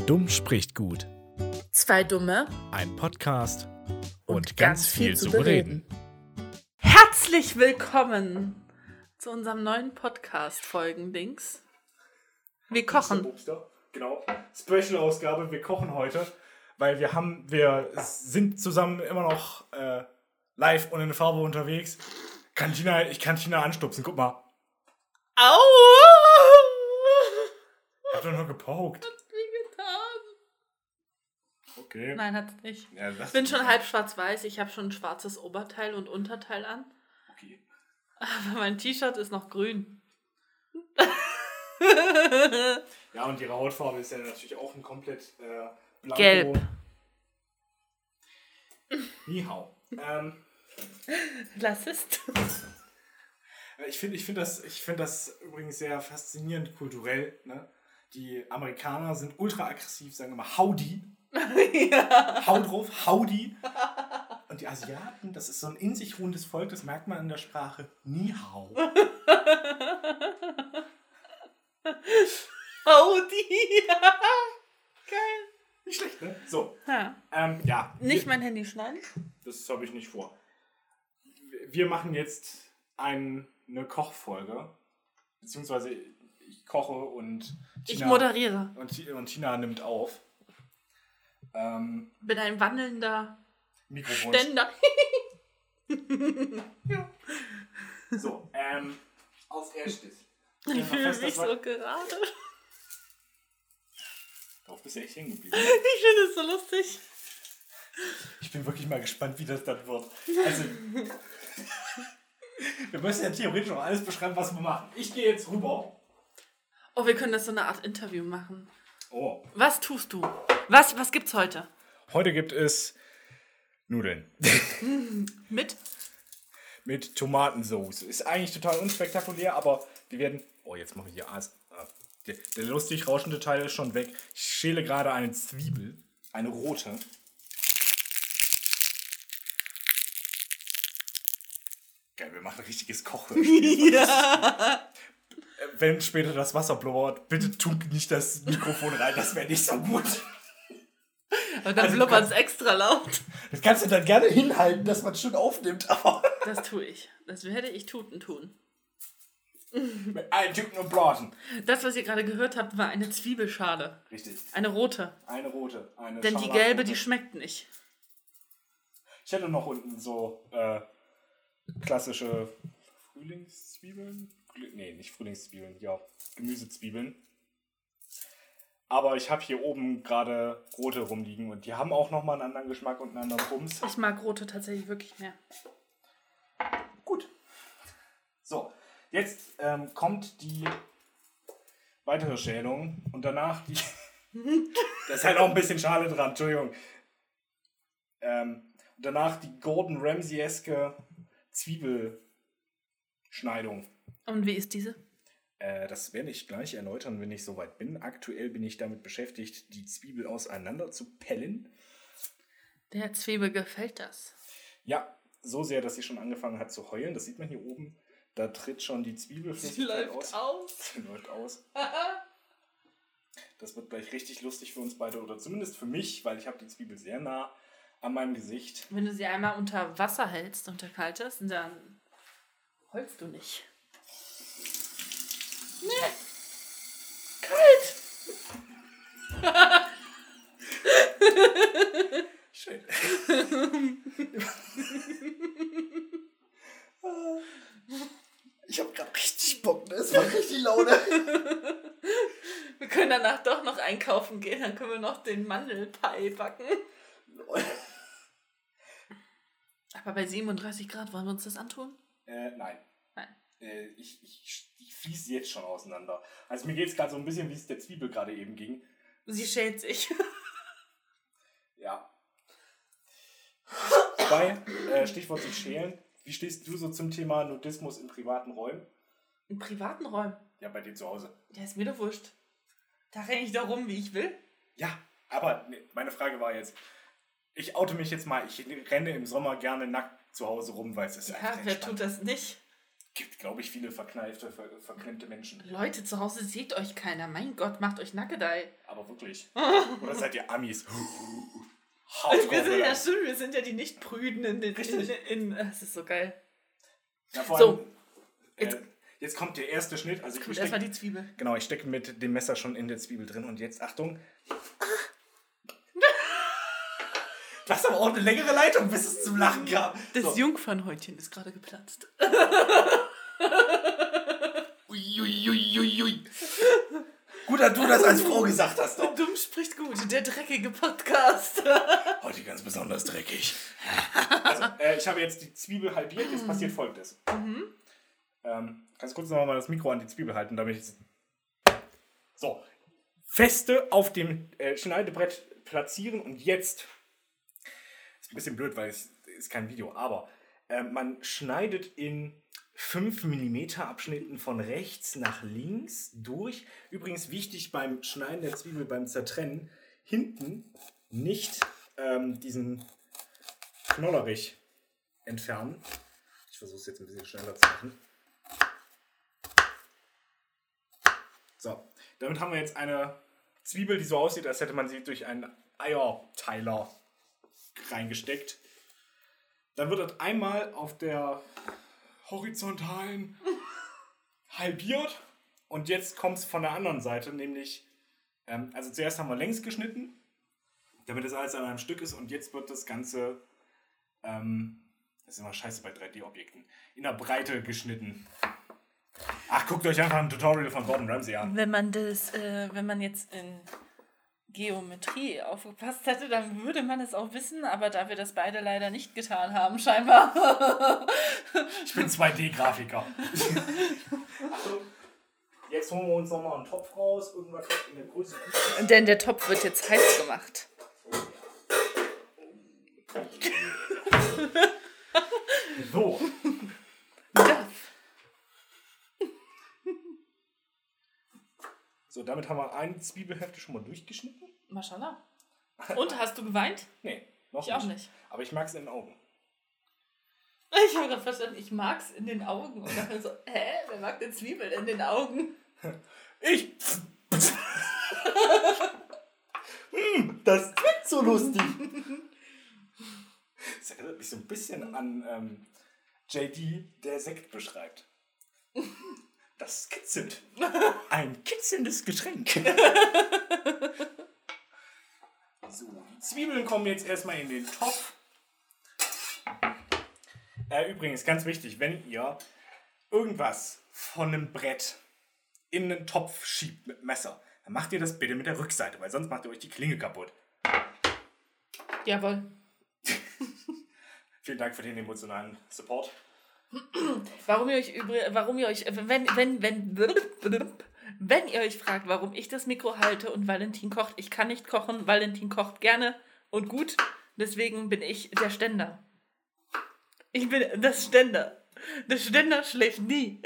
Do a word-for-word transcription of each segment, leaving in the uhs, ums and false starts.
Dumm spricht gut. Zwei Dumme. Ein Podcast und, Und ganz, ganz viel, viel zu zu bereden. Herzlich willkommen zu unserem neuen Podcast-Folgen-Dings. Wir kochen. Bubster. Genau. Special-Ausgabe. Wir kochen heute, weil wir haben, wir sind zusammen immer noch äh, live und in Farbe unterwegs. Kann Tina, ich kann Tina anstupsen. Guck mal. Au! Ich hab doch nur gepokt. Hat wie getan. Okay. Nein, hat's nicht. Ja, Ich bin schon halb schwarz-weiß. Ich habe schon ein schwarzes Oberteil und Unterteil an. Okay. Aber mein T-Shirt ist noch grün. Ja, und ihre Hautfarbe ist ja natürlich auch ein komplett äh, blanko. Gelb. Ni hao. Ähm, Rassist. ich finde ich find das, ich find das übrigens sehr faszinierend kulturell. Ne? Die Amerikaner sind ultra aggressiv, sagen immer Howdy. Ja. Hau drauf, Howdy. Und die Asiaten, das ist so ein in sich ruhendes Volk, das merkt man in der Sprache. Ni hao. Audi. Geil. Nicht schlecht, ne? So. Ja. Ähm, ja. Nicht wir, mein Handy schneiden. Das habe ich nicht vor. Wir machen jetzt ein, eine Kochfolge. Beziehungsweise ich koche und Tina, Ich moderiere. und, und Tina nimmt auf. Ähm, Bin ein wandelnder Mikrofon. Ständer. Ja. So, ähm, als erstes. Ich fühle mich so gerade. Darauf bist du echt hängen geblieben. Ich finde es so lustig. Ich bin wirklich mal gespannt, wie das dann wird. Also, wir müssen ja theoretisch auch alles beschreiben, was wir machen. Ich gehe jetzt rüber. Oh, wir können das so eine Art Interview machen. Oh. Was tust du? Was, was gibt's heute? Heute gibt es Nudeln. Mit? Mit Tomatensauce. Ist eigentlich total unspektakulär, aber wir werden... Oh, jetzt mache ich hier As. Ah, der, der lustig rauschende Teil ist schon weg. Ich schäle gerade eine Zwiebel. Eine rote. Geil, wir machen ein richtiges Kochhörspiel. Ja. Wenn später das Wasser blubbert, bitte tunk nicht das Mikrofon rein. Das wäre nicht so gut. Und dann Also blubbert es extra laut. Das kannst du dann gerne hinhalten, dass man es schon aufnimmt. Aber Das tue ich. Das werde ich tuten tun. mit allen Tücken und Blasen. Das, was ihr gerade gehört habt, war eine Zwiebelschale. Richtig. Eine rote. Eine rote. Eine Denn die scharlachrote. gelbe, die schmeckt nicht. Ich hätte noch unten so äh, klassische Frühlingszwiebeln. Frühling, nee, nicht Frühlingszwiebeln, ja, Gemüsezwiebeln. Aber ich habe hier oben gerade rote rumliegen und die haben auch nochmal einen anderen Geschmack und einen anderen Bums. Ich mag rote tatsächlich wirklich mehr. Gut. So, jetzt ähm, kommt die weitere Schälung und danach die... Da ist halt auch ein bisschen Schale dran, Entschuldigung. Ähm, danach die Gordon Ramsay-eske Zwiebelschneidung. Und wie ist diese? Äh, das werde ich gleich erläutern, wenn ich soweit bin. Aktuell bin ich damit beschäftigt, die Zwiebel auseinander zu pellen. Der Zwiebel gefällt das. Ja, so sehr, dass sie schon angefangen hat zu heulen. Das sieht man hier oben. Da tritt schon die Zwiebelflüssigkeit aus. aus. Sie läuft aus. Das wird gleich richtig lustig für uns beide oder zumindest für mich, weil ich habe die Zwiebel sehr nah an meinem Gesicht. Wenn du sie einmal unter Wasser hältst, unter kaltes, dann heulst du nicht. Nee. Kalt. Schön. Ich habe gerade richtig Bock, ne? Es war richtig Laune. Wir können danach doch noch einkaufen gehen, dann können wir noch den Mandelpie backen. Aber bei siebenunddreißig Grad wollen wir uns das antun? Äh, nein. Nein. Äh, ich, ich, ich fließe jetzt schon auseinander. Also mir geht es gerade so ein bisschen, wie es der Zwiebel gerade eben ging. Sie schält sich. Ja. Wobei, äh, Stichwort sich schälen. Wie stehst du so zum Thema Nudismus in privaten Räumen? In privaten Räumen? Ja, bei dir zu Hause. Ja, ist mir doch wurscht. Da renne ich doch rum, wie ich will. Ja, aber ne, meine Frage war jetzt, ich oute mich jetzt mal, ich renne im Sommer gerne nackt zu Hause rum, weil es ist Ja, einfach wer entspannt. tut das nicht? gibt, glaube ich, viele verkneifte, ver verklemmte Menschen. Leute, zu Hause seht euch keiner. Mein Gott, macht euch Nackedei. Aber wirklich. Oder seid ihr Amis? Wir sind ja schön, wir sind ja die Nicht-Prüden in den... Richtig. In, in, das ist so geil. Ja, vor so. allem, äh, jetzt, jetzt kommt der erste Schnitt. Also kommt erstmal die Zwiebel. Genau, ich stecke mit dem Messer schon in der Zwiebel drin. Und jetzt, Achtung. Das ist aber auch eine längere Leitung, bis es zum Lachen kam. Das so. Jungfernhäutchen ist gerade geplatzt. Uiuiuiui. Ui. Gut, dass du das als Frau gesagt hast. Doch. Dumm spricht gut, der dreckige Podcast. Heute ganz besonders dreckig. Also, äh, ich habe jetzt die Zwiebel halbiert, jetzt passiert Folgendes. Mhm. Ähm, kannst du kurz noch mal das Mikro an die Zwiebel halten, damit ich... So, feste auf dem äh, Schneidebrett platzieren und jetzt... Ist ein bisschen blöd, weil es ist kein Video, aber äh, man schneidet in fünf Millimeter Abschnitten von rechts nach links durch. Übrigens wichtig beim Schneiden der Zwiebel, beim Zertrennen, hinten nicht ähm, diesen Knollerich entfernen. Ich versuche es jetzt ein bisschen schneller zu machen. So, damit haben wir jetzt eine Zwiebel, die so aussieht, als hätte man sie durch einen Eierteiler reingesteckt. Dann wird das einmal auf der horizontalen halbiert und jetzt kommt es von der anderen Seite, nämlich, ähm, also zuerst haben wir längs geschnitten, damit das alles an einem Stück ist und jetzt wird das Ganze, ähm, das ist immer scheiße bei drei D-Objekten, in der Breite geschnitten. Ach, guckt euch einfach ein Tutorial von Gordon Ramsay an. Wenn man das, äh, wenn man jetzt in Geometrie aufgepasst hätte, dann würde man es auch wissen, aber da wir das beide leider nicht getan haben, scheinbar. Ich bin zwei D-Grafiker. Also, jetzt holen wir uns nochmal einen Topf raus, irgendwas in der Größe. Denn der Topf wird jetzt heiß gemacht. So. Ja. So, damit haben wir eine Zwiebelhälfte schon mal durchgeschnitten. Maschallah. Und, hast du geweint? Nee, noch Ich nicht. auch nicht. Aber ich mag es in den Augen. Ich habe gerade verstanden, ich mag es in den Augen. Und dachte so, hä? Wer mag denn Zwiebeln in den Augen? Ich! Das klingt so lustig. Das erinnert mich so ein bisschen an ähm, J D, der Sekt beschreibt. Das kitzelt. Ein kitzelndes Getränk. So, die Zwiebeln kommen jetzt erstmal in den Topf. Äh, übrigens, ganz wichtig, wenn ihr irgendwas von einem Brett in einen Topf schiebt mit Messer, dann macht ihr das bitte mit der Rückseite, weil sonst macht ihr euch die Klinge kaputt. Jawohl. Vielen Dank für den emotionalen Support. Warum ihr euch übrig, warum ihr euch, wenn, wenn, wenn, wenn ihr euch fragt, warum ich das Mikro halte und Valentin kocht, ich kann nicht kochen, Valentin kocht gerne und gut, deswegen bin ich der Ständer. Ich bin das Ständer. Der Ständer schläft nie.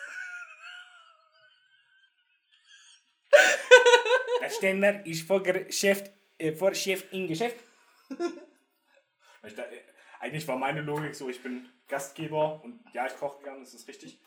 Der Ständer ist vor Geschäft, äh, vor Chef in Geschäft. Ich da, äh, eigentlich war meine Logik so, ich bin Gastgeber und ja, ich koche gern, das ist richtig.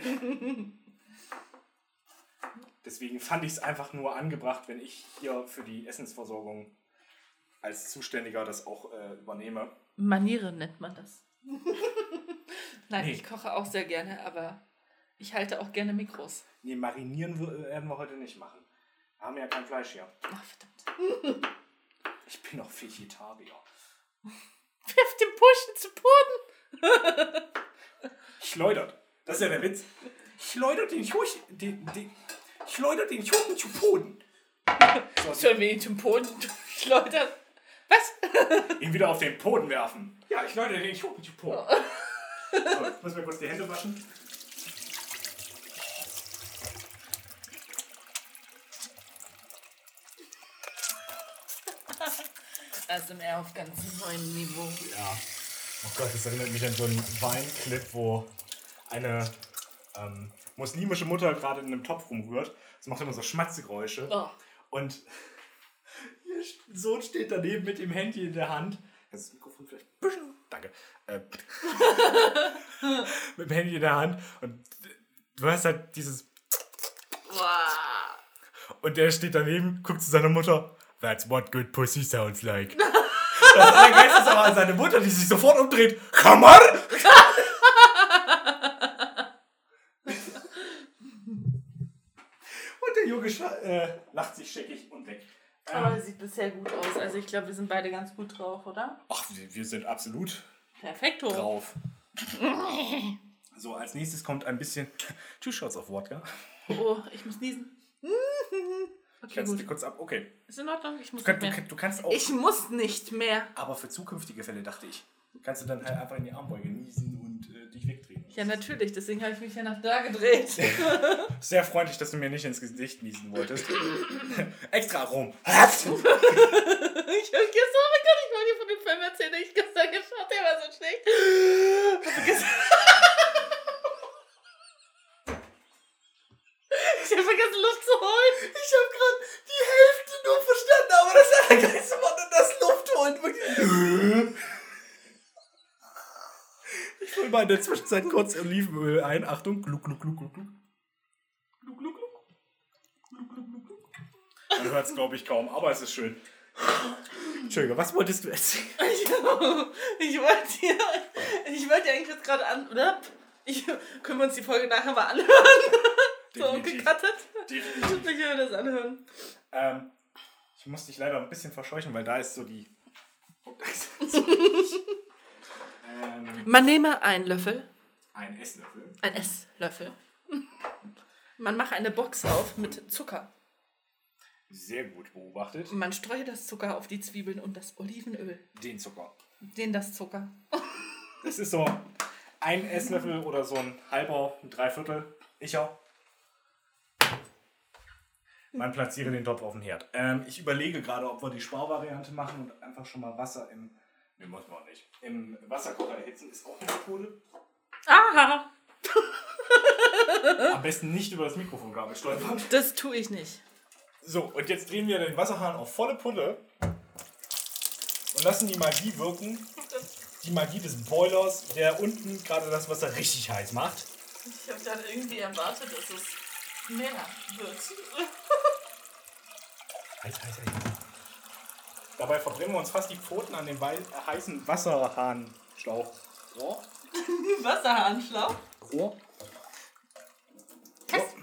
Deswegen fand ich es einfach nur angebracht, wenn ich hier für die Essensversorgung als Zuständiger das auch äh, übernehme. Manieren nennt man das. Nein, Nee. ich koche auch sehr gerne, aber ich halte auch gerne Mikros. Nee, marinieren wir- werden wir heute nicht machen. Wir haben ja kein Fleisch hier. Ach, verdammt. Ich bin doch Vegetarier. Wirf den Burschen zu Boden. Schleudert. Das ist ja der Witz. Schleudert den Schuch, den, den, schleudert den Schuchen zu Boden. So, Sollen wir ihn zum Boden schleudern? Was? ihn wieder auf den Boden werfen. Ja, ich schleudere den Schuchen zu Boden. So, jetzt müssen wir kurz die Hände waschen. A S M R auf ganz neuem Niveau. Ja. Oh Gott, das erinnert mich an so einen Wein-Clip, wo eine ähm, muslimische Mutter gerade in einem Topf rumrührt. Das macht immer so Schmatzgeräusche. Oh. Und ihr Sohn steht daneben mit dem Handy in der Hand. Das Mikrofon vielleicht ein bisschen danke. Äh, mit dem Handy in der Hand und du hast halt dieses und der steht daneben, guckt zu seiner Mutter. That's what good pussy sounds like. Das Allergeilste ist aber an seine Mutter, die sich sofort umdreht. Come on! Und der Junge äh, lacht sich scheckig und weg. Aber er sieht bisher gut aus. Also ich glaube, wir sind beide ganz gut drauf, oder? Ach, wir, wir sind absolut perfekto drauf. So, als nächstes kommt ein bisschen Two Shots of Wodka. Oh, ich muss niesen. Okay, kannst gut. du dir kurz ab? Okay. Ist in Ordnung, ich muss du, nicht kann, mehr. Du, du kannst auch. Ich muss nicht mehr. Aber für zukünftige Fälle, dachte ich, kannst du dann halt einfach in die Armbeuge niesen und äh, dich wegdrehen. Ja, natürlich, deswegen habe ich mich ja nach da gedreht. Sehr freundlich, dass du mir nicht ins Gesicht niesen wolltest. Extra rum. Ich hab gestern, oh mein Gott, ich wollte dir von dem Film erzählen, den ich gestern geschaut habe, der war so schlecht. Ich hab vergessen, Luft zu holen. Ich hab grad die Hälfte nur verstanden, aber das Allergeilste war dann das Luft holen. Wirklich. Ich fülle mal in der Zwischenzeit kurz Olivenöl ein. Achtung, gluck, gluck, gluck, gluck, gluck. Gluck, gluck, gluck. Gluck, gluck, gluck, gluck. Man hört es, glaube ich, kaum, aber es ist schön. Entschuldigung, was wolltest du erzählen? Ich, ich wollte dir, ich wollte dir eigentlich jetzt gerade an, oder? Ich, können wir uns die Folge nachher mal anhören? So, gecuttet. Ich will das anhören. Ähm, ich muss dich leider ein bisschen verscheuchen, weil da ist so die... ähm, Man nehme einen Löffel. Ein Esslöffel. Ein Esslöffel. Man mache eine Box auf mit Zucker. Sehr gut beobachtet. Man streue das Zucker auf die Zwiebeln und das Olivenöl. Den Zucker. Den das Zucker. Das ist so ein Esslöffel oder so ein halber, ein Dreiviertel. Ich auch. Man platziere den Topf auf den Herd. Ähm, ich überlege gerade, ob wir die Sparvariante machen und einfach schon mal Wasser im... Ne, muss man auch nicht. Im Wasserkocher erhitzen ist auch eine Methode. Aha! Am besten nicht über das Mikrofon stolpern. Das tue ich nicht. So, und jetzt drehen wir den Wasserhahn auf volle Pulle und lassen die Magie wirken. Die Magie des Boilers, der unten gerade das Wasser richtig heiß macht. Ich habe gerade irgendwie erwartet, dass es mehr wird. Heiß, heiß, heiß. Dabei verbrennen wir uns fast die Pfoten an dem wei- heißen Wasserhahnschlauch. Rohr? Wasserhahnschlauch? Rohr? Kass.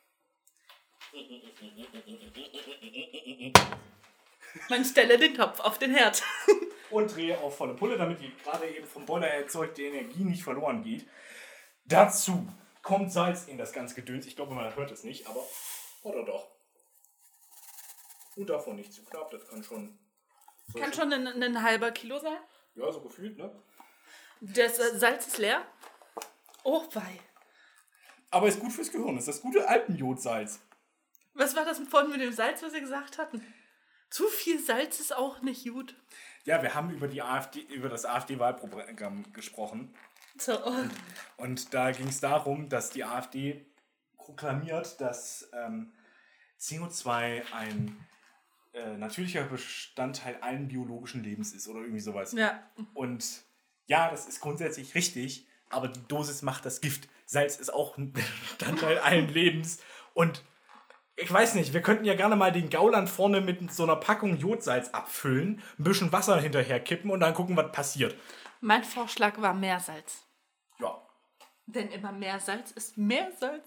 Man stelle den Topf auf den Herd. Und drehe auf volle Pulle, damit die gerade eben vom Boiler erzeugte Energie nicht verloren geht. Dazu kommt Salz in das ganze Gedöns. Ich glaube, man hört es nicht, aber... Oder doch. Und davon nicht zu knapp, das kann schon... Kann schon ein, ein halber Kilo sein? Ja, so gefühlt, ne? Das äh, Salz ist leer? Oh, wei. Aber ist gut fürs Gehirn. Das ist das gute Alpenjodsalz. Was war das vorhin mit dem Salz, was wir gesagt hatten? Zu viel Salz ist auch nicht gut. Ja, wir haben über die AfD, über das AfD-Wahlprogramm gesprochen. So. Und da ging es darum, dass die AfD proklamiert, dass ähm, C O zwei ein äh, natürlicher Bestandteil allen biologischen Lebens ist oder irgendwie sowas. Ja. Und ja, das ist grundsätzlich richtig, aber die Dosis macht das Gift. Salz ist auch ein Bestandteil allen Lebens. Und ich weiß nicht, wir könnten ja gerne mal den Gauland vorne mit so einer Packung Jodsalz abfüllen, ein bisschen Wasser hinterher kippen und dann gucken, was passiert. Mein Vorschlag war Meersalz. Ja. Denn immer mehr Salz ist mehr Salz.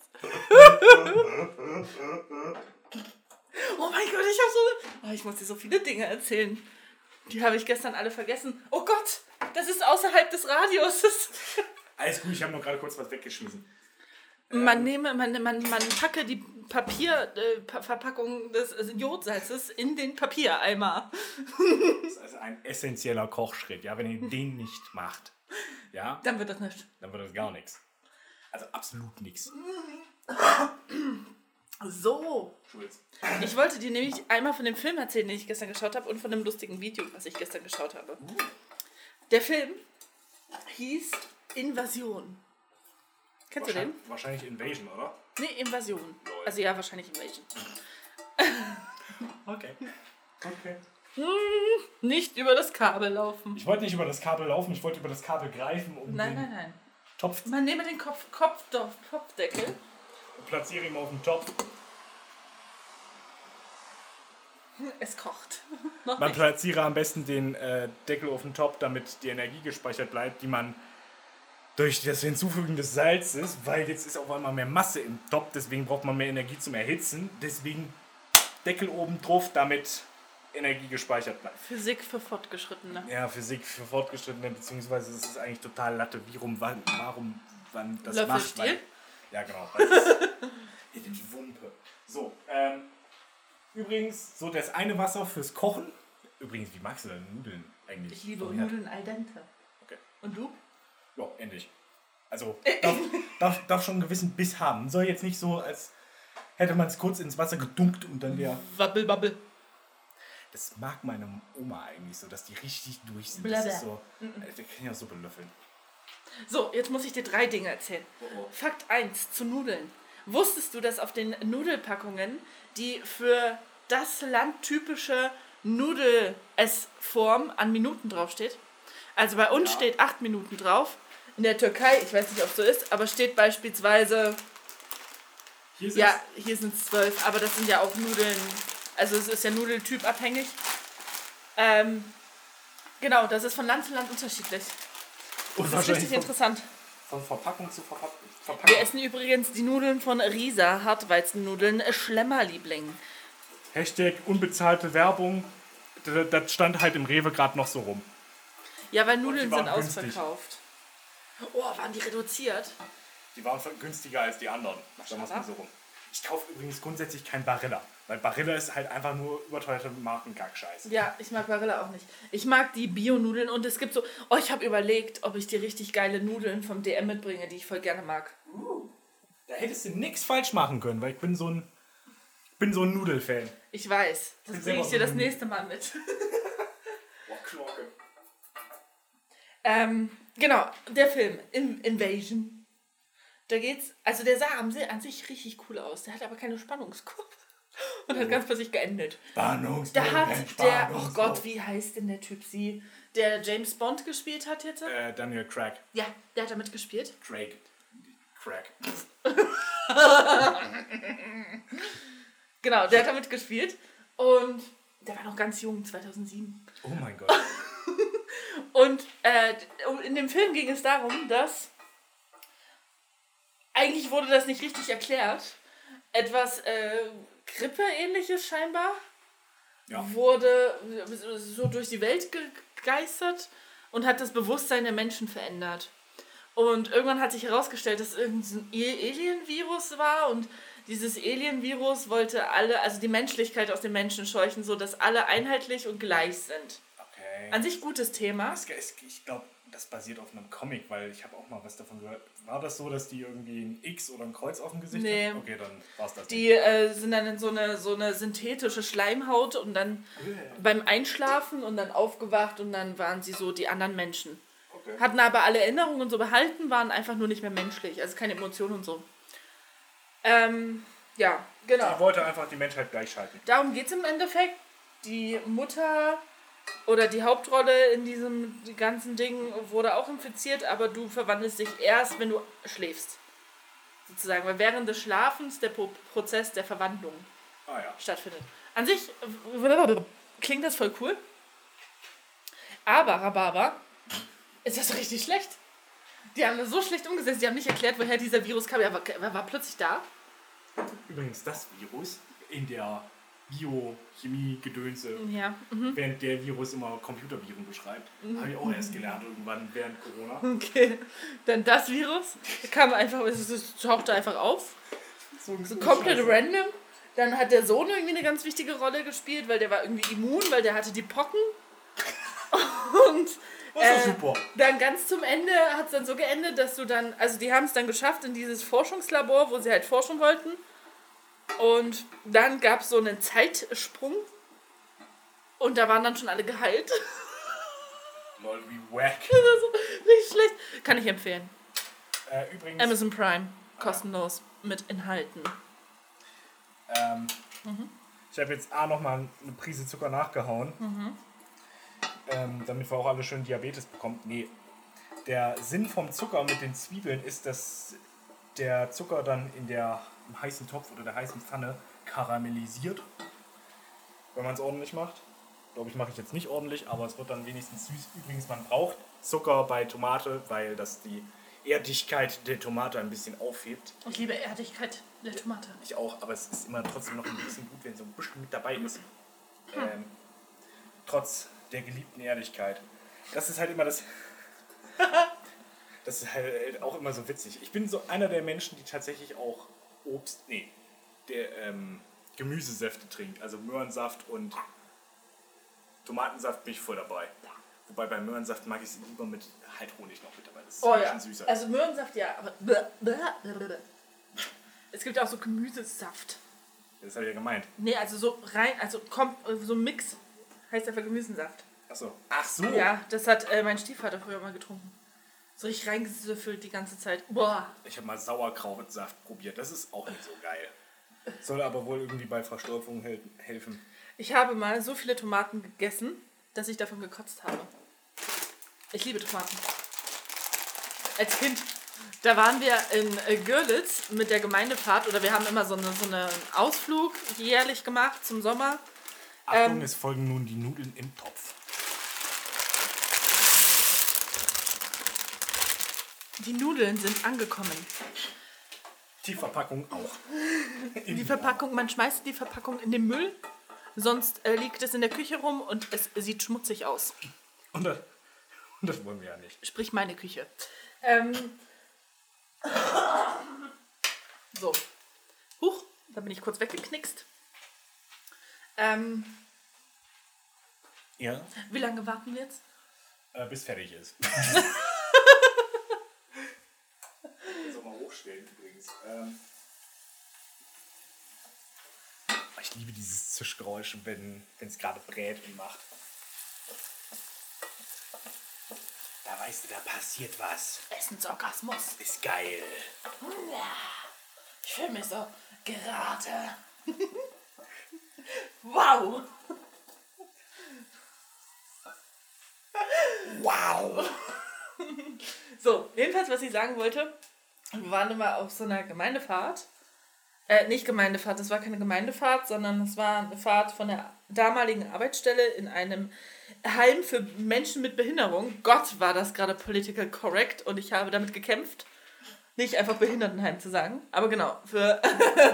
Oh mein Gott, ich habe so... Oh, ich muss dir so viele Dinge erzählen. Die habe ich gestern alle vergessen. Oh Gott, das ist außerhalb des Radius. Alles gut, ich habe nur gerade kurz was weggeschmissen. Man Ähm, nehme, man, man, man packe die Papierverpackung äh, des Jodsalzes in den Papiereimer. Das ist also ein essentieller Kochschritt, ja, wenn ihr den nicht macht, ja, Dann wird das nicht. dann wird das gar nichts. Also absolut nichts. So. Schulz. Ich wollte dir nämlich einmal von dem Film erzählen, den ich gestern geschaut habe und von dem lustigen Video, was ich gestern geschaut habe. Der Film hieß Invasion. Kennst du den? Wahrscheinlich Invasion, oder? Nee, Invasion. Also ja, wahrscheinlich Invasion. Okay. Okay. Hm, nicht über das Kabel laufen. Ich wollte nicht über das Kabel laufen, ich wollte über das Kabel greifen, um Nein, den nein, nein. Topf... Man nehme den Kopf, Kopf, Kopfdeckel. Und platziere ihn auf den Topf. Es kocht. Noch Man nicht. platziere am besten den äh, Deckel auf den Topf, damit die Energie gespeichert bleibt, die man durch das Hinzufügen des Salzes, weil jetzt ist auf einmal mehr Masse im Topf, deswegen braucht man mehr Energie zum Erhitzen, deswegen Deckel oben drauf, damit Energie gespeichert bleibt. Physik für Fortgeschrittene. Ja, Physik für Fortgeschrittene, beziehungsweise es ist eigentlich total Latte, wie rum, wann, warum, wann das macht. Löffelstiel? Weil, ja, genau. Weil das, die Wumpe. So, ähm, übrigens, so das eine Wasser fürs Kochen. Übrigens, wie magst du deine Nudeln eigentlich? Ich liebe vom Herd? Nudeln al dente. Okay. Und du? Ja, endlich. Also, darf, darf, darf schon einen gewissen Biss haben. Soll jetzt nicht so, als hätte man es kurz ins Wasser gedunkt und dann wäre... Wabbel, wabbel. Das mag meine Oma eigentlich so, dass die richtig durch sind. Blabla. Das ist so... Wir können ja so belöffeln. So, jetzt muss ich dir drei Dinge erzählen. Oh, oh. Fakt eins zu Nudeln. Wusstest du, dass auf den Nudelpackungen, die für das Land typische Nudel-Essform an Minuten draufsteht? Also bei uns Ja. steht acht Minuten drauf. In der Türkei, ich weiß nicht, ob es so ist, aber steht beispielsweise, Hier ist ja, hier sind es zwölf, aber das sind ja auch Nudeln, also es ist ja nudeltypabhängig. Ähm, genau, das ist von Land zu Land unterschiedlich. und Das ist richtig interessant. Von Verpackung zu Verpackung. Wir essen übrigens die Nudeln von Risa, Hartweizennudeln, Schlemmerliebling. Hashtag unbezahlte Werbung. Das das stand halt im Rewe gerade noch so rum. Ja, weil Nudeln die waren sind günstig. ausverkauft. Oh, waren die reduziert? Die waren günstiger als die anderen. Sagen wir es mal so rum. Ich kaufe übrigens grundsätzlich kein Barilla. Weil Barilla ist halt einfach nur überteuerte Markenkack-Scheiße. Ja, ich mag Barilla auch nicht. Ich mag die Bio-Nudeln und es gibt so... Oh, ich habe überlegt, ob ich die richtig geile Nudeln vom D M mitbringe, die ich voll gerne mag. Da hättest du nichts falsch machen können, weil ich bin so ein, bin so ein Nudelfan. Ich weiß. Das bin bringe ich selber dir so das ein- nächste Mal mit. Boah, Knorke. ähm, genau, der Film, In Invasion. Da geht's... Also der sah an si- an sich richtig cool aus. Der hat aber keine Spannungskurve. Und hat ganz plötzlich geendet. Spannungs- Da hat der... Oh Spannungs- Gott, wie heißt denn der Typ sie? Der James Bond gespielt hat jetzt? Äh, Daniel Craig. Ja, der hat damit gespielt. Drake. Craig. Genau, der hat damit gespielt. Und der war noch ganz jung, zweitausendsieben. Oh mein Gott. Und äh, in dem Film ging es darum, dass eigentlich wurde das nicht richtig erklärt. Etwas äh, Grippe-ähnliches scheinbar Ja. wurde so durch die Welt gegeistert und hat das Bewusstsein der Menschen verändert. Und irgendwann hat sich herausgestellt, dass es irgendein Alien-Virus war und dieses Alien-Virus wollte alle, also die Menschlichkeit aus den Menschen scheuchen, sodass alle einheitlich und gleich sind. Okay. An sich gutes Thema. Es- es- Ich glaube, das basiert auf einem Comic, weil ich habe auch mal was davon gehört. War das so, dass die irgendwie ein X oder ein Kreuz auf dem Gesicht Nee. haben? Okay, dann war es das. Die äh, sind dann in so eine, so eine synthetische Schleimhaut und dann nicht. beim Einschlafen und dann aufgewacht und dann waren sie so die anderen Menschen. Okay. Hatten aber alle Erinnerungen und so behalten, waren einfach nur nicht mehr menschlich, also keine Emotionen und so. Ähm, ja, genau. Die wollte einfach die Menschheit gleichschalten. Darum geht es im Endeffekt. Die Mutter oder die Hauptrolle in diesem ganzen Ding wurde auch infiziert, aber du verwandelst dich erst, wenn du schläfst. Sozusagen, weil während des Schlafens der Pro- Prozess der Verwandlung Ah ja. stattfindet. An sich äh, klingt das voll cool. Aber, Rhabarber, ist das richtig schlecht. Die haben das so schlecht umgesetzt, die haben nicht erklärt, woher dieser Virus kam. Er war, er war plötzlich da. Übrigens, das Virus in der Biochemie-Gedönse, Ja. Mhm. während der Virus immer Computerviren beschreibt, habe ich auch erst gelernt irgendwann während Corona. Okay. Dann das Virus kam einfach, es, es tauchte einfach auf. So, So komplett random. Dann hat der Sohn irgendwie eine ganz wichtige Rolle gespielt, weil der war irgendwie immun, weil der hatte die Pocken. Und Das ist äh, super. dann ganz zum Ende hat es dann so geendet, dass du dann, also die haben es dann geschafft in dieses Forschungslabor, wo sie halt forschen wollten. Und dann gab es so einen Zeitsprung. Und da waren dann schon alle geheilt. Lol, wie wack. Also, richtig schlecht. Kann ich empfehlen. Äh, übrigens, Amazon Prime. Kostenlos. Mit Inhalten. ähm, Ich habe jetzt A nochmal eine Prise Zucker nachgehauen, Mhm. ähm, damit wir auch alle schön Diabetes bekommen. Nee, der Sinn vom Zucker mit den Zwiebeln ist, dass der Zucker dann in der im heißen Topf oder der heißen Pfanne karamellisiert, wenn man es ordentlich macht. Glaube ich, mache ich jetzt nicht ordentlich, aber es wird dann wenigstens süß. Übrigens, man braucht Zucker bei Tomate, weil das die Erdigkeit der Tomate ein bisschen aufhebt. Ich liebe Erdigkeit der Tomate. Ich auch, aber es ist immer trotzdem noch ein bisschen gut, wenn so ein bisschen mit dabei ist. Hm. Ähm, trotz der geliebten Erdigkeit. Das ist halt immer das... Das ist halt auch immer so witzig. Ich bin so einer der Menschen, die tatsächlich auch Obst... Nee, der ähm, Gemüsesäfte trinkt. Also Möhrensaft und Tomatensaft bin ich voll dabei. Wobei bei Möhrensaft mag ich es lieber mit halt Honig noch mit dabei. Das ist Oh ein ja, bisschen süßer. also Möhrensaft ja, aber es gibt auch so Gemüsesaft. Das habe ich ja gemeint. Nee, also so rein, also kommt so ein Mix, heißt einfach Gemüsesaft. Achso. Ach so. Ja, das hat äh, mein Stiefvater früher mal getrunken. So richtig reingesüffelt die ganze Zeit. Boah. Ich habe mal Sauerkrautsaft probiert. Das ist auch nicht so geil. Soll aber wohl irgendwie bei Verstopfung hel- helfen. Ich habe mal so viele Tomaten gegessen, dass ich davon gekotzt habe. Ich liebe Tomaten. Als Kind. Da waren wir in äh, Görlitz mit der Gemeindefahrt, oder wir haben immer so, eine, so einen Ausflug jährlich gemacht zum Sommer. Achtung, Ähm, es folgen nun die Nudeln im Topf. Die Nudeln sind angekommen. Die Verpackung auch. Die Verpackung, man schmeißt die Verpackung in den Müll, sonst äh, liegt es in der Küche rum und es sieht schmutzig aus. Und das, und das wollen wir ja nicht. Sprich meine Küche. Ähm. So. Huch, da bin ich kurz weggeknickst. Ähm, Ja. wie lange warten wir jetzt? Äh, bis fertig ist. Soll mal hochstellen übrigens. Ähm ich liebe dieses Zischgeräusch, wenn es gerade brät und macht. Da weißt du, da passiert was. Essensorgasmus. Ist geil. Ja, ich fühle mich so gerade. Wow. Wow. So, jedenfalls, was ich sagen wollte, wir waren immer auf so einer Gemeindefahrt. Äh, nicht Gemeindefahrt, das war keine Gemeindefahrt, sondern es war eine Fahrt von der damaligen Arbeitsstelle in einem Heim für Menschen mit Behinderung. Gott, war das gerade political correct und ich habe damit gekämpft, nicht einfach Behindertenheim zu sagen, aber genau, für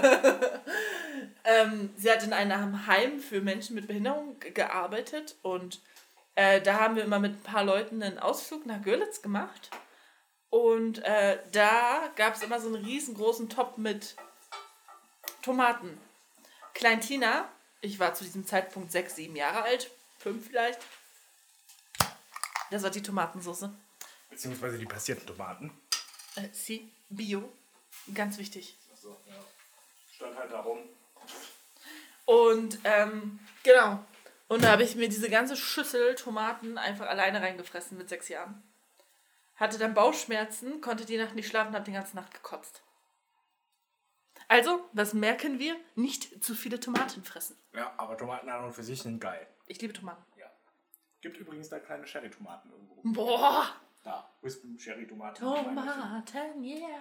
ähm, sie hat in einem Heim für Menschen mit Behinderung ge- gearbeitet und äh, da haben wir immer mit ein paar Leuten einen Ausflug nach Görlitz gemacht und äh, da gab es immer so einen riesengroßen Topf mit Tomaten. Klein Tina, ich war zu diesem Zeitpunkt sechs, sieben Jahre alt, fünf vielleicht. Das war die Tomatensauce. Beziehungsweise die passierten Tomaten. Äh, sie, Bio, ganz wichtig. Achso, ja. Stand halt da rum. Und ähm, genau. Und da habe ich mir diese ganze Schüssel Tomaten einfach alleine reingefressen mit sechs Jahren. Hatte dann Bauchschmerzen, konnte die Nacht nicht schlafen, habe die ganze Nacht gekotzt. Also, was merken wir? Nicht zu viele Tomaten fressen. Ja, aber Tomaten an und für sich sind geil. Ich liebe Tomaten. Ja. Gibt übrigens da kleine Sherry-Tomaten irgendwo. Boah! Da, Wispen, Sherry-Tomaten. Tomaten, yeah.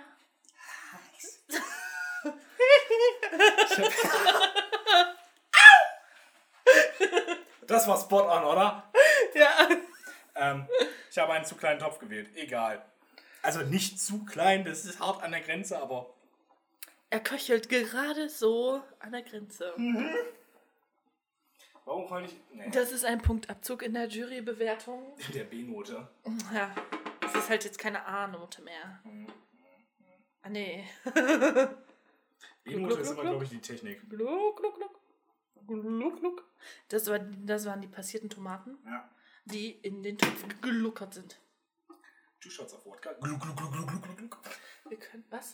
Das war spot on, oder? Ja. Ähm, ich habe einen zu kleinen Topf gewählt. Egal. Also nicht zu klein, das ist hart an der Grenze, aber... Er köchelt gerade so an der Grenze. Warum kann ich... Nee. Das ist ein Punktabzug in der Jurybewertung. Der B-Note. Ja, das ist halt jetzt keine A-Note mehr. Ah, nee. B-Note ist immer, glaube ich, die Technik. Gluck, gluck, gluck. Gluck, gluck. Das, war, das waren die passierten Tomaten, Ja. die in den Topf gegluckert sind. Two Shots of Wodka. Gluck, gluck, gluck, gluck, gluck, gluck. Wir können, was?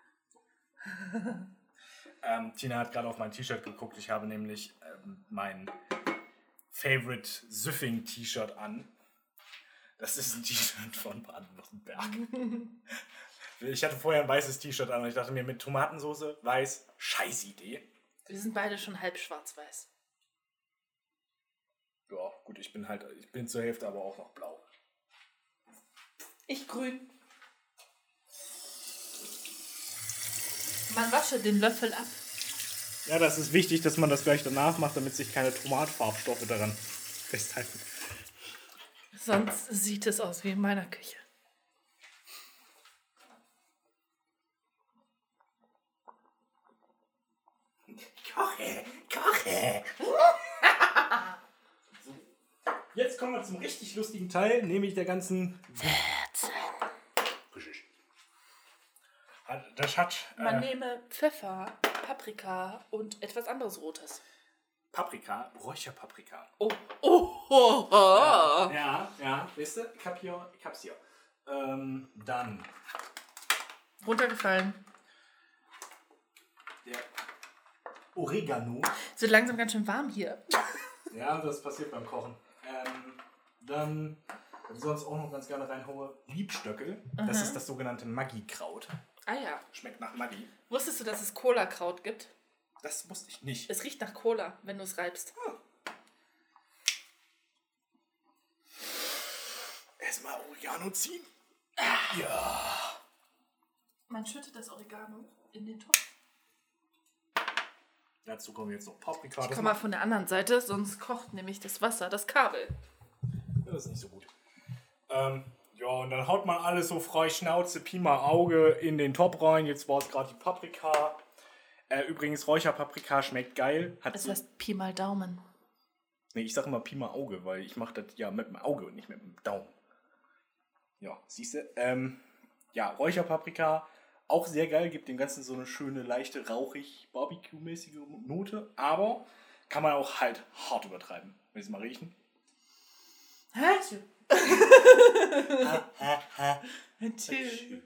Ähm, Tina hat gerade auf mein T-Shirt geguckt. Ich habe nämlich ähm, mein Favorite Süffing T-Shirt an. Das ist ein T-Shirt von Baden-Württemberg. Ich hatte vorher ein weißes T-Shirt an und ich dachte mir, mit Tomatensauce, weiß, scheiß Idee. Wir sind beide schon halb schwarz-weiß. Ja, gut, ich bin halt, ich bin zur Hälfte aber auch noch blau. Ich grün. Man wasche den Löffel ab. Ja, das ist wichtig, dass man das gleich danach macht, damit sich keine Tomatfarbstoffe daran festhalten. Sonst sieht es aus wie in meiner Küche. Koche, koche. So. Jetzt kommen wir zum richtig lustigen Teil, nämlich der ganzen Würzen. Das hat Man äh, nehme Pfeffer, Paprika und etwas anderes Rotes. Paprika, Räucherpaprika. Oh, oh, oh, oh. Ja, ja, weißt du, ich hab hier, ich hab's hier. Ähm, dann Runtergefallen. der Oregano. Es wird langsam ganz schön warm hier. Ja, das passiert beim Kochen. Ähm, dann, was ich sonst auch noch ganz gerne reinhaue, Liebstöckel. Das Mhm. ist das sogenannte Maggi-Kraut. Ah ja. Schmeckt nach Maggi. Wusstest du, dass es Cola-Kraut gibt? Das wusste ich nicht. Es riecht nach Cola, wenn du es reibst. Erstmal Oregano ziehen. Man schüttet das Oregano in den Topf. Dazu kommen jetzt noch Paprika. Ich Das komme mal von der anderen Seite, sonst kocht nämlich das Wasser, das Kabel. Ja, das ist nicht so gut. Ähm, ja, und dann haut man alles so frei Schnauze, Pi mal Auge in den Topf rein. Jetzt war es gerade die Paprika. Äh, übrigens, Räucherpaprika schmeckt geil. Hat Es so, heißt Pi mal Daumen. nee, ich sage immer Pi mal Auge, weil ich mache das ja mit dem Auge und nicht mit dem Daumen. Ja, siehst du? Ähm, ja, Räucherpaprika, auch sehr geil, gibt dem Ganzen so eine schöne, leichte, rauchig, Barbecue-mäßige Note. Aber kann man auch halt hart übertreiben. Willst du mal riechen? Hä? Ha, ha, ha. Tschüss.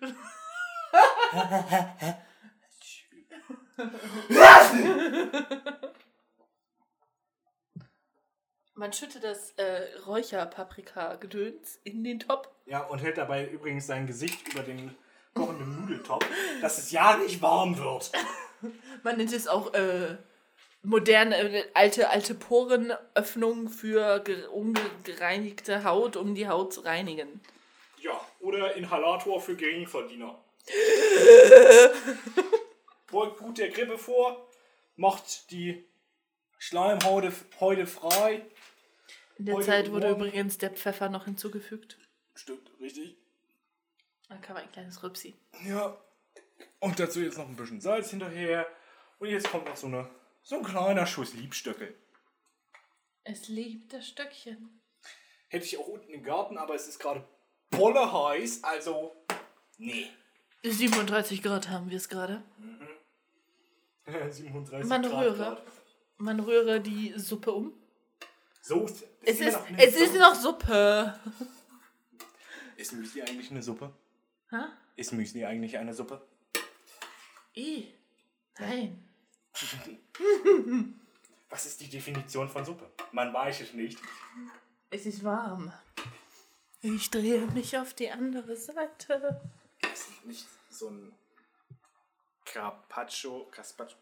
Man schüttet das äh, Räucherpaprika-Gedöns in den Topf. Ja, und hält dabei übrigens sein Gesicht über den kochenden Nudeltopf, dass es ja nicht warm wird. Man nennt es auch äh, moderne, äh, alte, alte Porenöffnung für ge- ungereinigte Haut, um die Haut zu reinigen. Ja, oder Inhalator für Geringverdiener. Beugt gut der Grippe vor, macht die Schleimhäute heute frei. In der Heute Zeit wurde Morgen- übrigens der Pfeffer noch hinzugefügt. Stimmt, richtig. Da kam ein kleines Rübsi. Ja, und dazu jetzt noch ein bisschen Salz hinterher. Und jetzt kommt noch so, eine, so ein kleiner Schuss Liebstöckel. Es liebt das Stöckchen. Hätte ich auch unten im Garten, aber es ist gerade bolle heiß, also nee. siebenunddreißig Grad haben wir es gerade. siebenunddreißig Man Grad rühre. Grad. Man rühre die Suppe um. So, Es immer ist, noch eine es ist Suppe. noch Suppe. Ist Müsli eigentlich eine Suppe? Ha? Ist Müsli eigentlich eine Suppe? I. Nein. Was ist die Definition von Suppe? Man weiß es nicht. Es ist warm. Ich drehe mich auf die andere Seite. Ist nicht so ein Carpaccio, Carpaccio.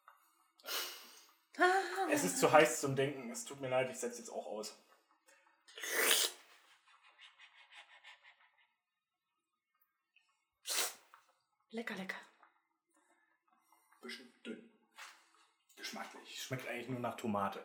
Es ist zu heiß zum Denken. Es tut mir leid, ich setze jetzt auch aus. Lecker, lecker. Bisschen dünn. Geschmacklich. Schmeckt eigentlich nur nach Tomate.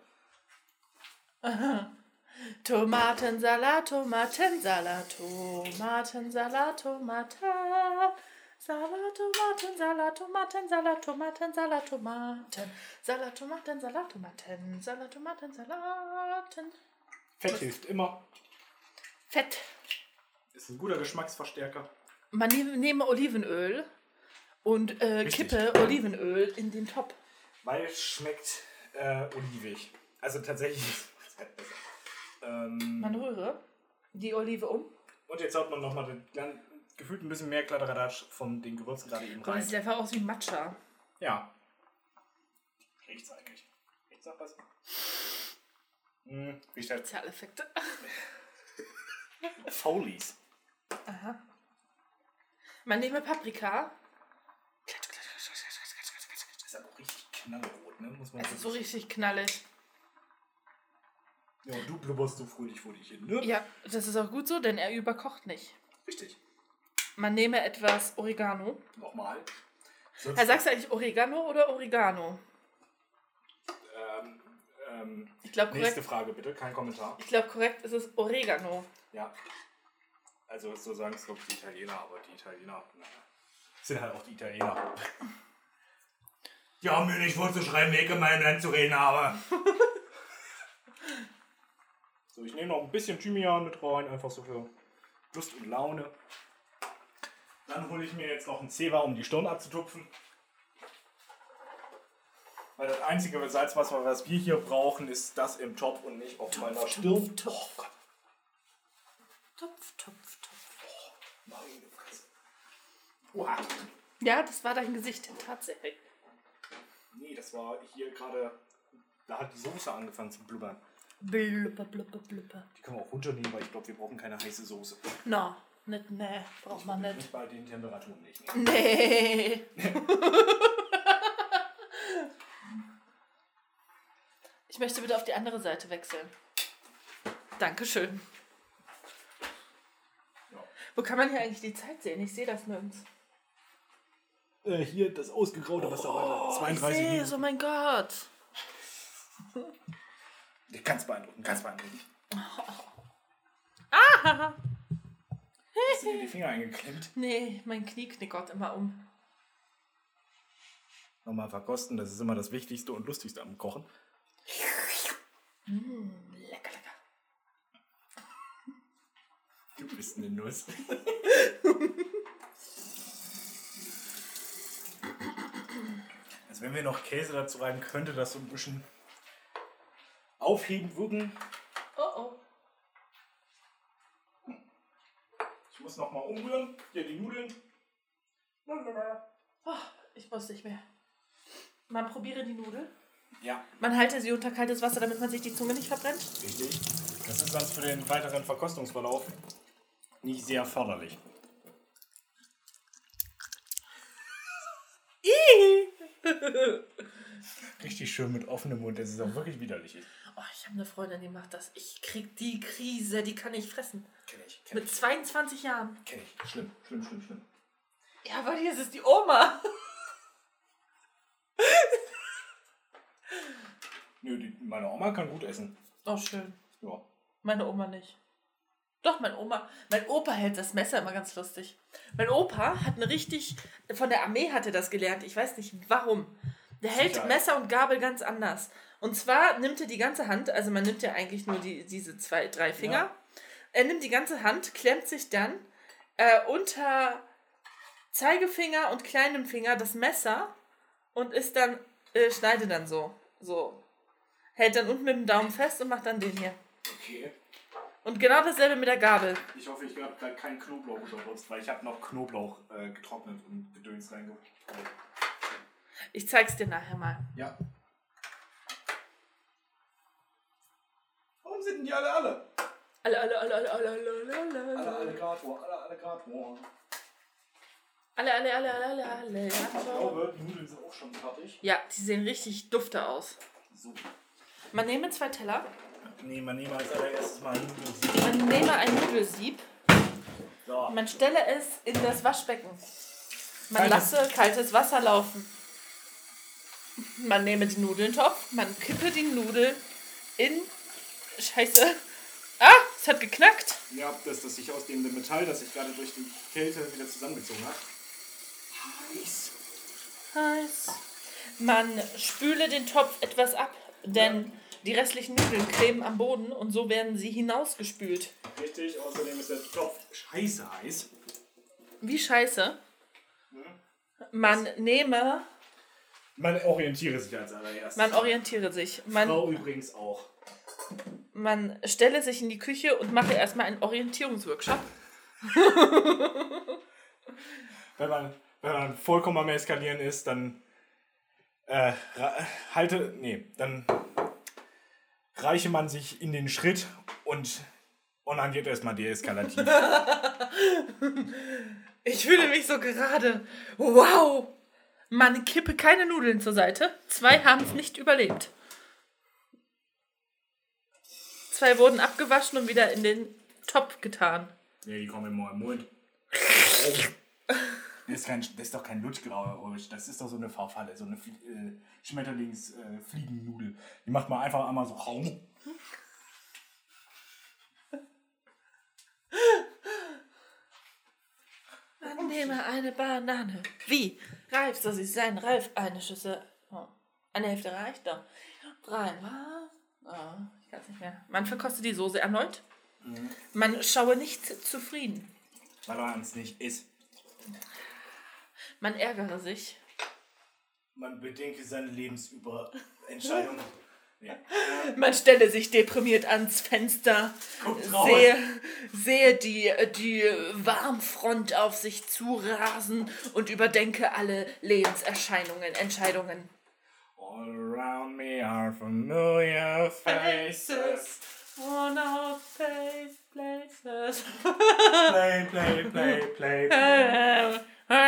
Tomatensalat, Tomatensalat, Tomatensalat, Tomaten. Salat, Tomaten, Salat, Tomaten, Salat, Tomaten, Salat, Tomaten. Salat, Tomaten, Salat, Tomaten. Salat, Tomaten, Salaten. Fett hilft immer. Fett. Ist ein guter Geschmacksverstärker. Man nehme, nehme Olivenöl und äh, Richtig. kippe Olivenöl in den Topf. Weil es schmeckt äh, olivig. Also tatsächlich ist es halt besser. Ähm, Man rühre die Olive um. und jetzt haut man nochmal den, dann gefühlt ein bisschen mehr Kladderadatsch von den Gewürzen gerade eben Das rein. sieht einfach aus wie Matcha. Ja. Riecht's eigentlich? Riecht's nach was? Hm, riecht halt Spezialeffekte. Faulies. Aha. Man nehme Paprika. Das ist aber auch richtig knallrot. ne? Muss man Es ist so richtig knallig. Ja, und du blubberst so fröhlich vor dich hin, ne? Ja, das ist auch gut so, denn er überkocht nicht. Richtig. Man nehme etwas Oregano. Nochmal. Sonst Ja, sagst du eigentlich Oregano oder Oregano? ähm, ähm, Ich glaube nächste korrekt, Frage bitte, kein Kommentar. ich glaub, korrekt ist es Oregano. Ja. Also so sagen es glaube ich die Italiener, aber die Italiener naja, sind halt auch die Italiener. Die haben mir nicht vorzuschreiben, wie ich in meinem Land zu reden habe. So, ich nehme noch ein bisschen Thymian mit rein, einfach so für Lust und Laune. Dann hole ich mir jetzt noch einen Zewa, um die Stirn abzutupfen. Weil das einzige Salzwasser, was wir hier brauchen, ist das im Topf und nicht auf meiner Stirn. Topf, Oh Gott. Topf, Topf, Topf. Oh, meine Fresse. Wow. Ja, das war dein Gesicht tatsächlich. Nee, das war hier gerade. Da hat die Soße angefangen zu blubbern. Blubber, blubber, blubber. Die können wir auch runternehmen, weil ich glaube, wir brauchen keine heiße Soße. Na, nicht, nee, braucht man nicht. Nicht bei den Temperaturen nicht. Nee. Ich möchte bitte auf die andere Seite wechseln. Dankeschön. Ja. Wo kann man hier eigentlich die Zeit sehen? Ich sehe das nirgends. Äh, hier das ausgegraute, was da weiter. Ich zweiunddreißig sehe Minuten. es, oh mein Gott. Ganz beeindruckend, ganz beeindruckend. Ah! Hast du dir die Finger eingeklemmt? Nee, mein Knie knickert immer um. Nochmal verkosten, das ist immer das Wichtigste und Lustigste am Kochen. Mm, lecker, lecker. Du bist eine Nuss. Also wenn wir noch Käse dazu rein, könnte das so ein bisschen aufheben wirken. Oh oh. Ich muss nochmal umrühren. Hier die Nudeln. Oh, ich muss nicht mehr. Man probiere die Nudel. Ja, Man halte sie unter kaltes Wasser, damit man sich die Zunge nicht verbrennt. richtig. Das ist sonst für den weiteren Verkostungsverlauf nicht sehr förderlich. Richtig schön mit offenem Mund, das ist auch wirklich widerlich. Oh, ich habe eine Freundin, die macht das. Ich krieg die Krise, die kann ich fressen. Kenn ich, kenn Mit zweiundzwanzig Jahren. ich. Kenn ich. Schlimm, schlimm, schlimm, schlimm. Ja, aber hier ist es die Oma. Nö, die, meine Oma kann gut essen. Oh, schön. Ja. Meine Oma nicht. Doch, mein Oma, mein Opa hält das Messer immer ganz lustig. Mein Opa hat eine richtig, von der Armee hat er das gelernt, ich weiß nicht warum. Der hält Sicherheit. Messer und Gabel ganz anders. Und zwar nimmt er die ganze Hand, also man nimmt ja eigentlich nur die, diese zwei, drei Finger. Ja. Er nimmt die ganze Hand, klemmt sich dann äh, unter Zeigefinger und kleinem Finger das Messer und ist dann, äh, schneidet dann so, so. Hält dann unten mit dem Daumen fest und macht dann den hier. Okay. Und genau dasselbe mit der Gabel. Ich hoffe, ich habe gerade keinen Knoblauch übernutzt, weil ich habe noch Knoblauch äh, getrocknet und Gedöns reingeholt. Ich zeig's dir nachher mal. Ja. Warum sind denn die alle alle? Alle, alle, alle, alle, alle, alle, alle, Alle, alle, alle Grator, alle, alle Grator. alle, alle, alle, alle, alle, Ich glaube, die Nudeln sind auch schon fertig. Ja, die sehen richtig dufte aus. So. Man nehme zwei Teller. Nee, man nehme als allererstes mal ein Nudelsieb. Man nehme ein Nudelsieb. So. Man stelle es in das Waschbecken. Man Kaltes- lasse kaltes Wasser laufen. Man nehme den Nudelntopf. Man kippe die Nudel in... Scheiße. Ah, es hat geknackt. Ja, das ist das sich ausdehnende Metall, das sich gerade durch die Kälte wieder zusammengezogen hat. Heiß. Heiß. Man spüle den Topf etwas ab, denn die restlichen Nudeln kleben am Boden und so werden sie hinausgespült. Richtig, außerdem ist der Topf scheiße heiß. Wie scheiße. Man nehme, Man orientiere sich als allererstes. man orientiere sich. Man, Frau übrigens auch. man stelle sich in die Küche und mache erstmal einen Orientierungsworkshop. Wenn man, wenn man vollkommen am Eskalieren ist, dann äh, ra- halte, nee, dann reiche man sich in den Schritt und onaniert erstmal deeskalativ. Ich fühle mich so gerade. Wow! Man kippe keine Nudeln zur Seite. Zwei haben es nicht überlebt. Zwei wurden abgewaschen und wieder in den Topf getan. Nee, die kommen immer im Mund. Das ist, kein, das ist doch kein Lutschgeräusch. Das ist doch so eine Fahrfalle, so eine äh, Schmetterlings-Fliegennudel. Äh, die macht man einfach einmal so Raum. Man nehme eine Banane. Wie? Ralf, so sie sein. Ralf, eine Schüssel. Oh. Eine Hälfte reicht doch. Rein. Oh, ich kann es nicht mehr. Man verkostet die Soße erneut. Mhm. Man schaue nicht zufrieden. Weil man es nicht isst. Man ärgere sich. Man bedenke seine Lebensüberentscheidung. Ja. Man stelle sich deprimiert ans Fenster, sehe, sehe die, die Warmfront auf sich zurasen und überdenke alle Lebenserscheinungen, Entscheidungen. All around me are familiar faces. One of face places. Play, play, play, play, play.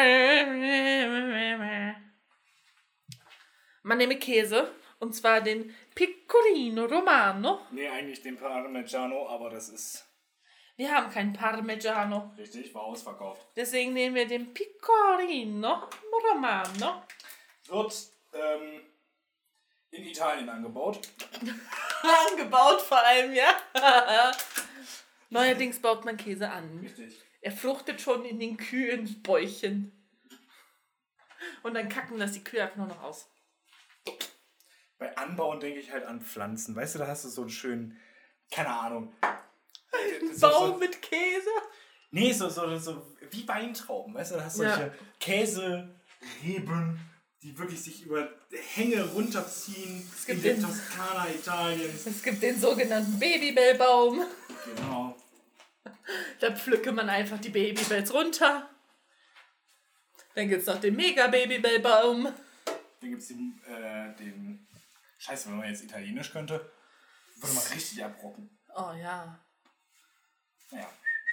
Man nehme Käse, und zwar den Pecorino Romano. Nee, eigentlich den Parmigiano, aber das ist... Wir haben keinen Parmigiano. Richtig, war ausverkauft. Deswegen nehmen wir den Pecorino Romano. Wird ähm, in Italien angebaut. Angebaut vor allem, ja. Neuerdings baut man Käse an. Richtig. Er fruchtet schon in den Kühenbäuchen. Und dann kacken das die Kühe einfach nur noch aus. So. Bei Anbauen denke ich halt an Pflanzen. Weißt du, da hast du so einen schönen, keine Ahnung. Ein Baum so, mit Käse? Nee, so, so, so wie Weintrauben. Weißt du, da hast du solche ja. Käsereben, die wirklich sich über Hänge runterziehen. Es gibt in den der Toskana Italiens. Es gibt den sogenannten Babybellbaum. Genau. Da pflücke man einfach die Babybells runter. Dann gibt es noch den Mega-Babybellbaum. Dann gibt es den, äh, den... Scheiße, wenn man jetzt Italienisch könnte, würde man richtig abrocken. Oh ja. Naja.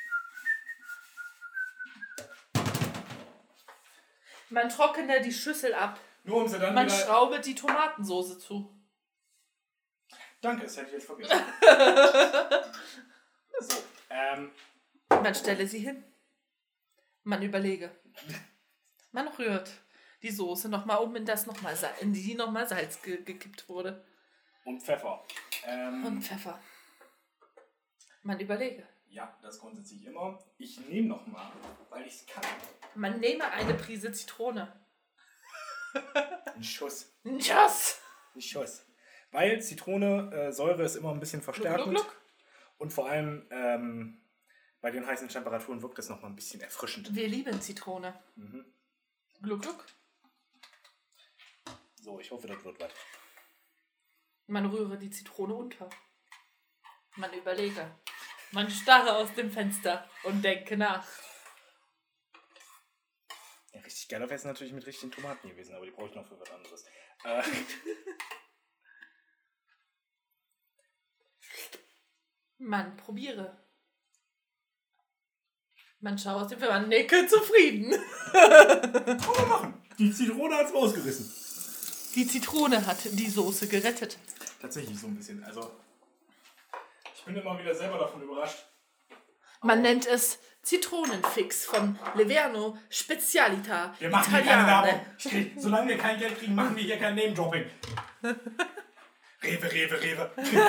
Man trockene die Schüssel ab. Nur um sie dann Man wieder... schraube die Tomatensoße zu. Danke, das hätte ich jetzt vergessen. So, ähm... Man stelle sie hin. Man überlege. Man rührt die Soße nochmal um, in, das noch mal, in die nochmal Salz ge- gekippt wurde. Und Pfeffer. Ähm, Und Pfeffer. Man überlege. Ja, das grundsätzlich immer. Ich nehme nochmal, weil ich es kann. Man nehme eine Prise Zitrone. Ein Schuss. Ein Schuss. Ein Schuss. Weil Zitrone, äh, Säure ist immer ein bisschen verstärkend. Gluck, gluck. Und vor allem ähm, bei den heißen Temperaturen wirkt es nochmal ein bisschen erfrischend. Wir lieben Zitrone. Mhm. Gluck, gluck. So, ich hoffe, das wird was. Man rühre die Zitrone unter. Man überlege. Man starre aus dem Fenster und denke nach. Ja, richtig geiler wäre es natürlich mit richtigen Tomaten gewesen, aber die brauche ich noch für was anderes. Äh. Man probiere. Man schaue aus dem Fenster, man nicke zufrieden. Kann man machen. Die Zitrone hat es rausgerissen. Die Zitrone hat die Soße gerettet. Tatsächlich so ein bisschen. Also, ich bin immer wieder selber davon überrascht. Man nennt es Zitronenfix von Leverno Specialità. Wir machen hier keine Werbung. Krieg, solange wir kein Geld kriegen, machen wir hier kein Name-Dropping. Rewe, Rewe, Rewe.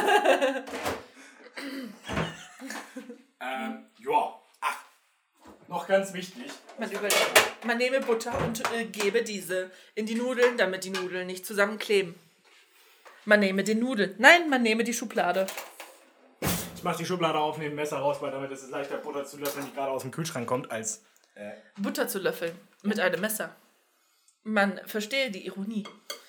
ähm, ja. Ach, noch ganz wichtig. Man überlegt. Man nehme Butter und äh, gebe diese in die Nudeln, damit die Nudeln nicht zusammenkleben. Man nehme den Nudel. Nein, man nehme die Schublade. Ich mache die Schublade auf, nehme ein Messer raus, weil damit ist es leichter, Butter zu löffeln, die gerade aus dem Kühlschrank kommt, als... Äh Butter zu löffeln mit einem Messer. Man verstehe die Ironie.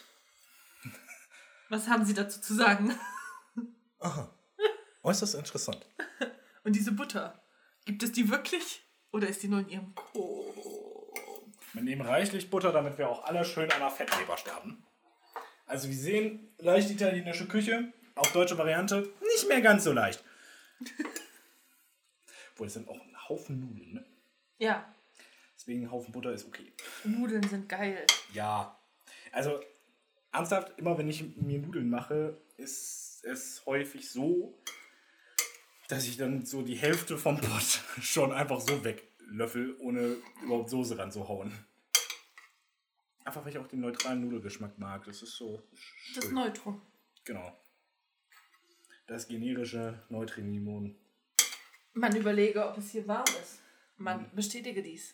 Was haben Sie dazu zu sagen? Aha. Äußerst interessant. Und diese Butter, gibt es die wirklich? Oder ist die nur in Ihrem Kopf? Wir nehmen reichlich Butter, damit wir auch alle schön an der Fettleber sterben. Also wir sehen, leicht italienische Küche, auch deutsche Variante, nicht mehr ganz so leicht. Obwohl, das sind auch ein Haufen Nudeln, ne? Ja. Das Deswegen ein Haufen Butter ist okay. Nudeln sind geil. Ja. Also, ernsthaft, immer wenn ich mir Nudeln mache, ist es häufig so, dass ich dann so die Hälfte vom Pott schon einfach so weglöffel, ohne überhaupt Soße ranzuhauen. Einfach, weil ich auch den neutralen Nudelgeschmack mag. Das ist so... Das ist Neutro. Genau. Das generische Neutrinimon. Man überlege, ob es hier warm ist. Man bestätige dies.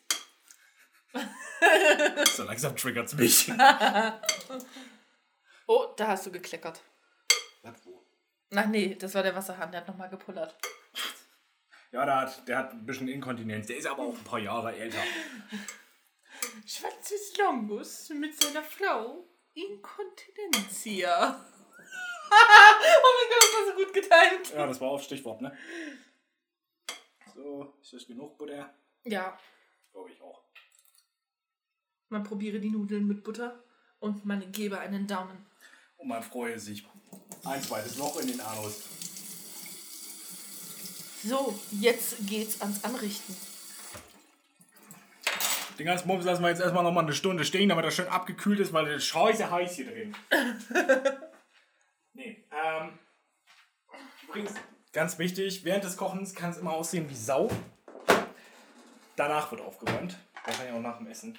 So langsam triggert's mich. Oh, da hast du gekleckert. Was, wo? Ach nee, das war der Wasserhahn, der hat nochmal gepullert. Ja, der hat, der hat ein bisschen Inkontinenz. Der ist aber auch ein paar Jahre älter. Schwarzes Longus mit seiner Frau Inkontinentia. Oh mein Gott, das war so gut geteilt. Ja, das war auch Stichwort, ne? So, ist das genug Butter? Ja. Glaube ich auch. Man probiere die Nudeln mit Butter und man gebe einen Daumen. Und man freue sich. Ein zweites Loch in den Anus. So, jetzt geht's ans Anrichten. Den ganzen Bums lassen wir jetzt erstmal noch mal eine Stunde stehen, damit das schön abgekühlt ist, weil das ist scheiße heiß hier drin. Nee, ähm... Übrigens, ganz wichtig, während des Kochens kann es immer aussehen wie Sau. Danach wird aufgeräumt. Wahrscheinlich auch nach dem Essen.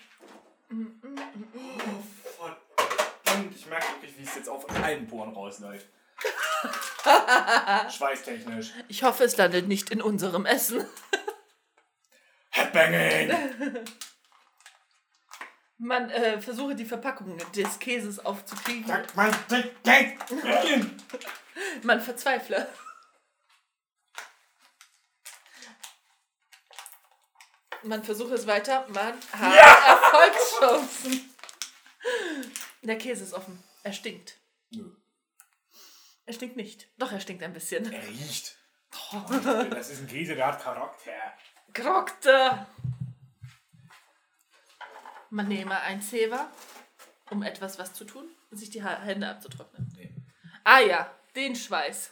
Oh, verdammt, ich merke wirklich, wie es jetzt auf allen Poren rausläuft. Schweißtechnisch. Ich hoffe, es landet nicht in unserem Essen. Headbanging! Man äh, versuche die Verpackung des Käses aufzukriegen. Man verzweifle. Man versucht es weiter. Man hat ja! Erfolgschancen. Der Käse ist offen. Er stinkt. Nö. Er stinkt nicht. Doch, er stinkt ein bisschen. Er riecht. Oh, das ist ein Käse, der hat Charakter. Charakter. Man nehme ein Zewa, um etwas was zu tun und sich die Hände abzutrocknen. Nee. Ah ja, den Schweiß.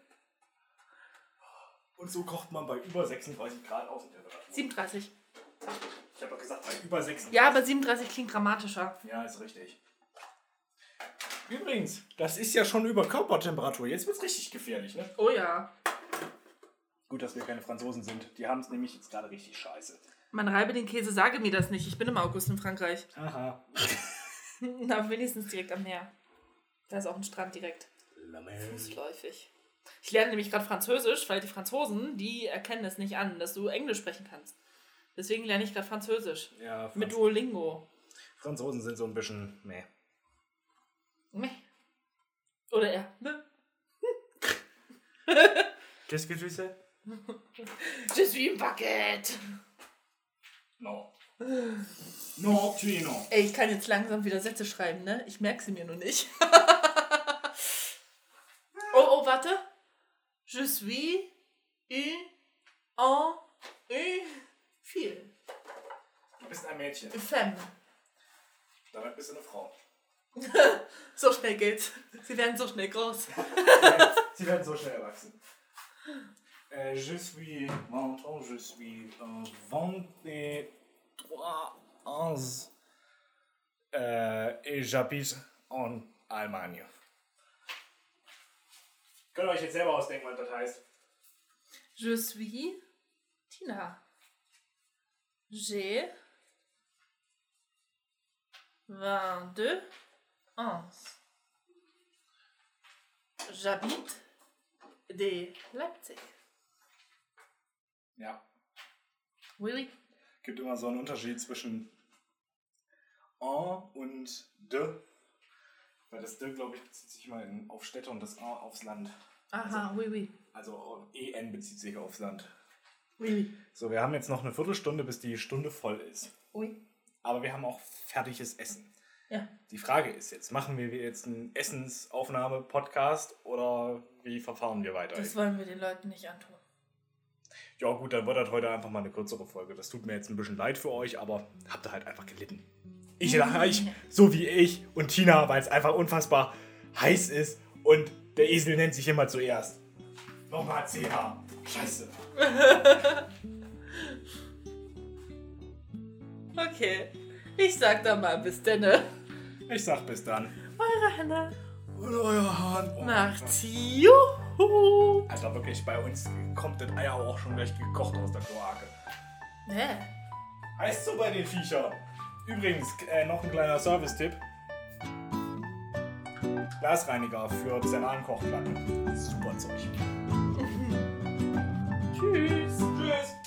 Und so kocht man bei über sechsunddreißig Grad Außentemperatur. siebenunddreißig. Ich habe doch gesagt, bei über sechsunddreißig. Ja, aber siebenunddreißig klingt dramatischer. Ja, ist richtig. Übrigens, das ist ja schon über Körpertemperatur. Jetzt wird's richtig gefährlich, ne? Oh ja. Gut, dass wir keine Franzosen sind. Die haben es nämlich jetzt gerade richtig scheiße. Man reibe den Käse, sage mir das nicht. Ich bin im August in Frankreich. Aha. Na, wenigstens direkt am Meer. Da ist auch ein Strand direkt. Fußläufig. Ich lerne nämlich gerade Französisch, weil die Franzosen, die erkennen es nicht an, dass du Englisch sprechen kannst. Deswegen lerne ich gerade Französisch. Ja, Franz- mit Duolingo. Franzosen sind so ein bisschen meh. Meh. Oder er. Ne? Qu'est-ce que tu sais? Je suis une baguette. No. No, tu es no. Ey, ich kann jetzt langsam wieder Sätze schreiben, ne? Ich merke sie mir nur nicht. Oh, oh, warte. Je suis une, en, une, viel. Du bist ein Mädchen. Femme. Damit bist du eine Frau. So schnell geht's. Sie werden so schnell groß. Sie werden so schnell erwachsen. Euh, je suis maintenant, je suis euh, vingt-trois ans euh, et j'habite en Allemagne. Könnt ihr euch jetzt selber ausdenken, was das heißt? Je suis Tina. J'ai vingt-deux ans. J'habite de Leipzig. Ja. Oui, oui. Gibt immer so einen Unterschied zwischen en und de. Weil das de, glaube ich, bezieht sich mal in, auf Städte und das en aufs Land. Aha, also, oui, oui. Also en bezieht sich aufs Land. Oui, oui. So, wir haben jetzt noch eine Viertelstunde, bis die Stunde voll ist. Oui. Aber wir haben auch fertiges Essen. Ja. Die Frage ist jetzt, machen wir jetzt einen Essensaufnahme-Podcast oder wie verfahren wir weiter? Das wollen wir den Leuten nicht antun. Ja gut, dann wird das heute einfach mal eine kürzere Folge. Das tut mir jetzt ein bisschen leid für euch, aber habt ihr halt einfach gelitten. Ich lache ich, so wie ich und Tina, weil es einfach unfassbar heiß ist und der Esel nennt sich immer zuerst. Nochmal C H. Scheiße. Okay. Ich sag dann mal bis denne. Ich sag bis dann. Eure Henne. Und euer Hahn. Oh, Macht's. Juhu. Alter, wirklich, bei uns kommt das Eier auch schon gleich gekocht aus der Kloake. Ne. Heißt so bei den Viechern. Übrigens, äh, noch ein kleiner Service-Tipp. Glasreiniger für Xenan-Kochplatten. Super Zeug. Tschüss. Tschüss.